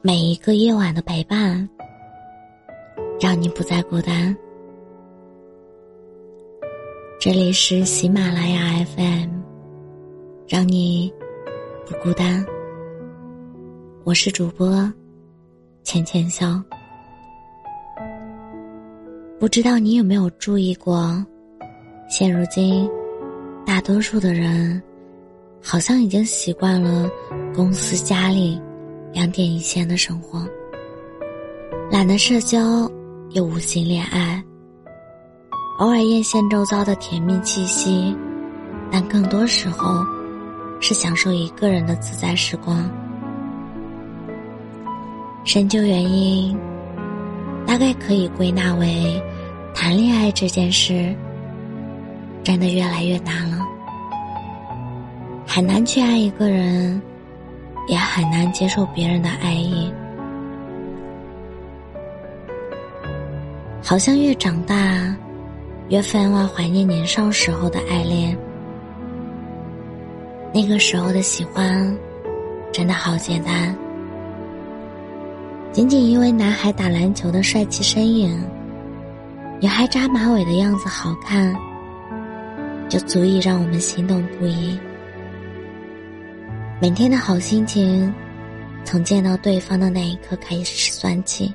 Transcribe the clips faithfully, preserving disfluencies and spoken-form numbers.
每一个夜晚的陪伴，让你不再孤单。这里是喜马拉雅 F M， 让你不孤单。我是主播浅浅笑。不知道你有没有注意过，现如今大多数的人好像已经习惯了公司家里两点一线的生活，懒得社交又无心恋爱，偶尔艳羡周遭的甜蜜气息，但更多时候是享受一个人的自在时光。深究原因，大概可以归纳为谈恋爱这件事真的越来越难了，很难去爱一个人，也很难接受别人的爱意。好像越长大越分外怀念年少时候的爱恋，那个时候的喜欢真的好简单，仅仅因为男孩打篮球的帅气身影，女孩扎马尾的样子好看，就足以让我们心动不已。每天的好心情从见到对方的那一刻开始算起，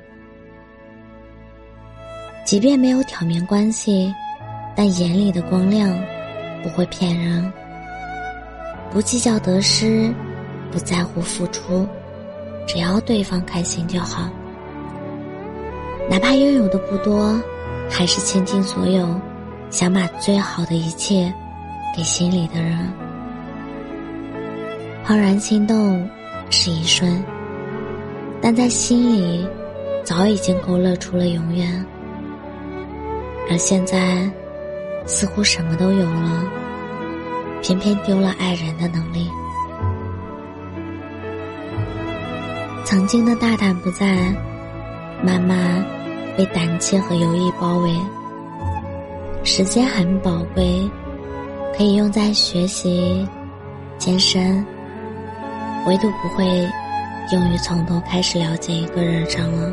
即便没有挑明关系，但眼里的光亮不会骗人，不计较得失，不在乎付出，只要对方开心就好。哪怕拥有的不多，还是倾尽所有，想把最好的一切给心里的人。怦然心动是一瞬，但在心里早已经勾勒出了永远。而现在似乎什么都有了，偏偏丢了爱人的能力。曾经的大胆不在，慢慢被胆怯和犹豫包围。时间很宝贵，可以用在学习健身，唯独不会用于从头开始了解一个人上了。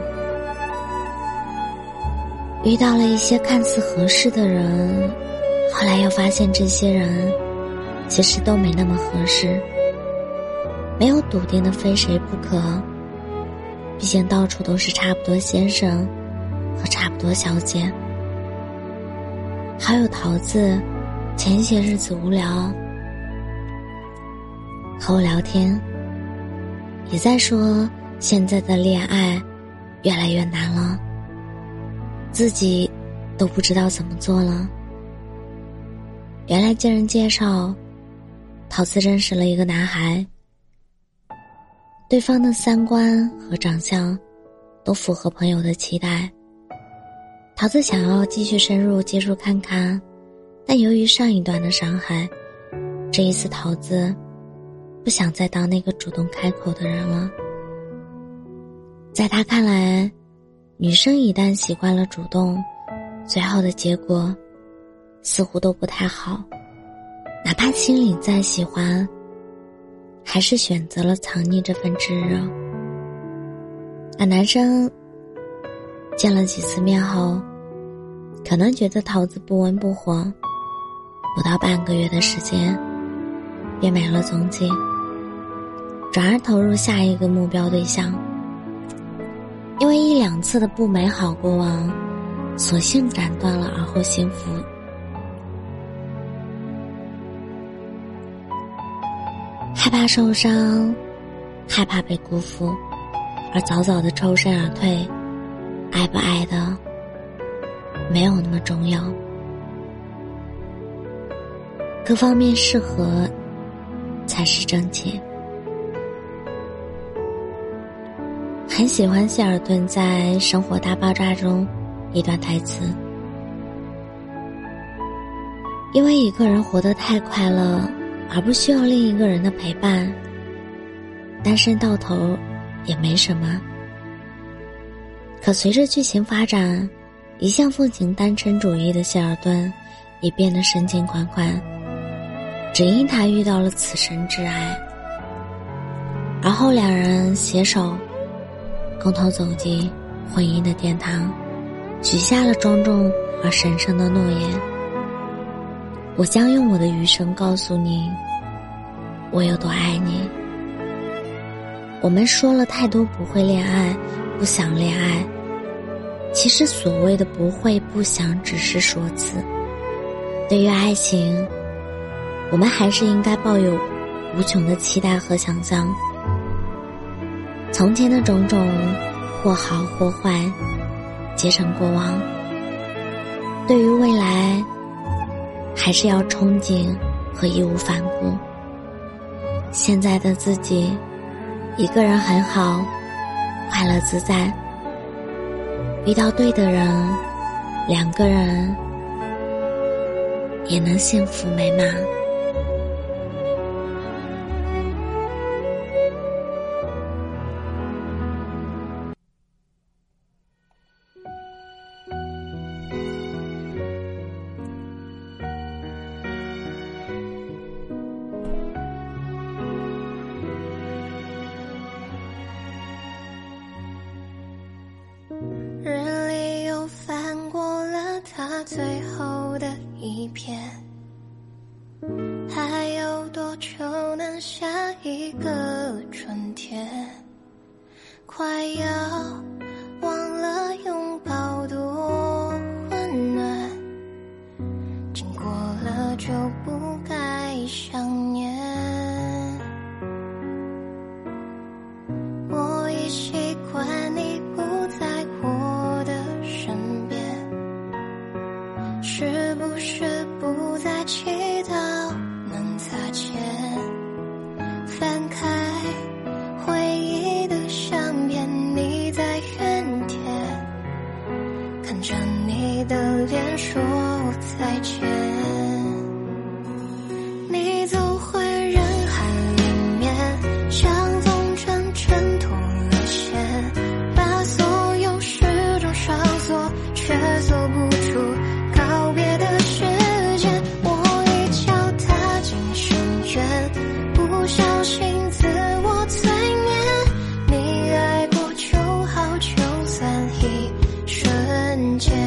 遇到了一些看似合适的人，后来又发现这些人其实都没那么合适。没有笃定的非谁不可，毕竟到处都是差不多先生和差不多小姐。好友桃子前些日子无聊和我聊天，也在说现在的恋爱越来越难了，自己都不知道怎么做了。原来经人介绍，桃子认识了一个男孩，对方的三观和长相都符合朋友的期待。桃子想要继续深入接触看看，但由于上一段的伤害，这一次桃子不想再当那个主动开口的人了。在他看来，女生一旦习惯了主动，最后的结果似乎都不太好，哪怕心里再喜欢，还是选择了藏匿这份炙热。而男生见了几次面后，可能觉得桃子不温不火，不到半个月的时间便没了踪迹，转而投入下一个目标对象。因为一两次的不美好过往，索性斩断了而后幸福。害怕受伤，害怕被辜负，而早早的抽身而退，爱不爱的没有那么重要，各方面适合才是正解。很喜欢谢尔顿在《生活大爆炸》中一段台词，因为一个人活得太快乐，而不需要另一个人的陪伴，单身到头也没什么。可随着剧情发展，一向奉行单身主义的谢尔顿也变得深情款款，只因他遇到了此生挚爱。而后两人携手共同走进婚姻的殿堂，许下了庄重而神圣的诺言。我将用我的余生告诉你，我有多爱你。我们说了太多不会恋爱，不想恋爱，其实所谓的不会不想只是说辞。对于爱情，我们还是应该抱有无穷的期待和想象。从前的种种或好或坏皆成过往，对于未来还是要憧憬和义无反顾。现在的自己一个人很好，快乐自在，遇到对的人，两个人也能幸福美满。 日历又翻过了它最后的一篇，还有多久能下一个春天？快要忘了拥抱多温暖，经过了就不该想念。我已习惯你不在我的身边，是不是不再祈祷能擦肩？翻开回忆的相片，你在原点，看着你的脸说再见。你走回人海里面，像风筝挣脱了线，把所有时钟上锁，却锁不住告别的时间。我一脚踏进深渊，不小心自我催眠。你爱过就好，就算一瞬间。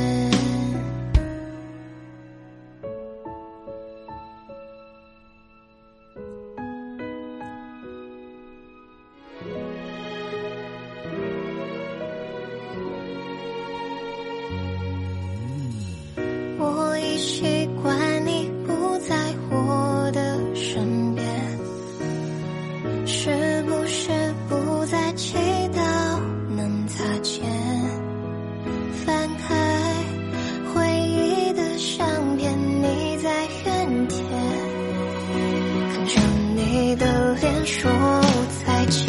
我已习惯你不在我的身边，是不是不再祈祷能擦肩？翻开回忆的相片，你在原点，看着你的脸说再见。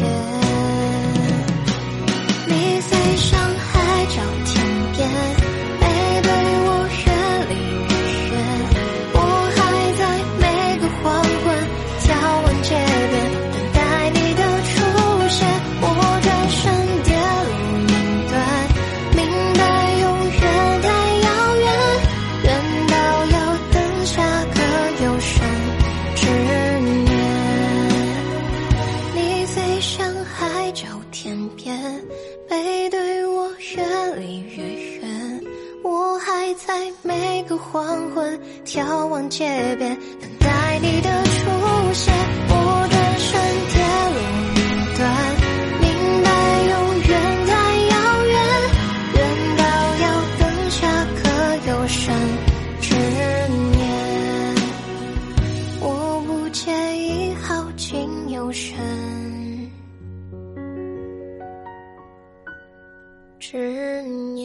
你飞上海角天边，背对我越离越远，我还在每个黄昏眺望街边，等待你的出现。我转身跌落云端，明白永远太遥远，远到要等下个有生之年。你飞向海角天边，背对我越离越远，我还在每个黄昏眺望街边，等待你的出现。我转身跌落云端，明白永远太遥远，远到要等下个有生之年。我不介意耗尽有生之年。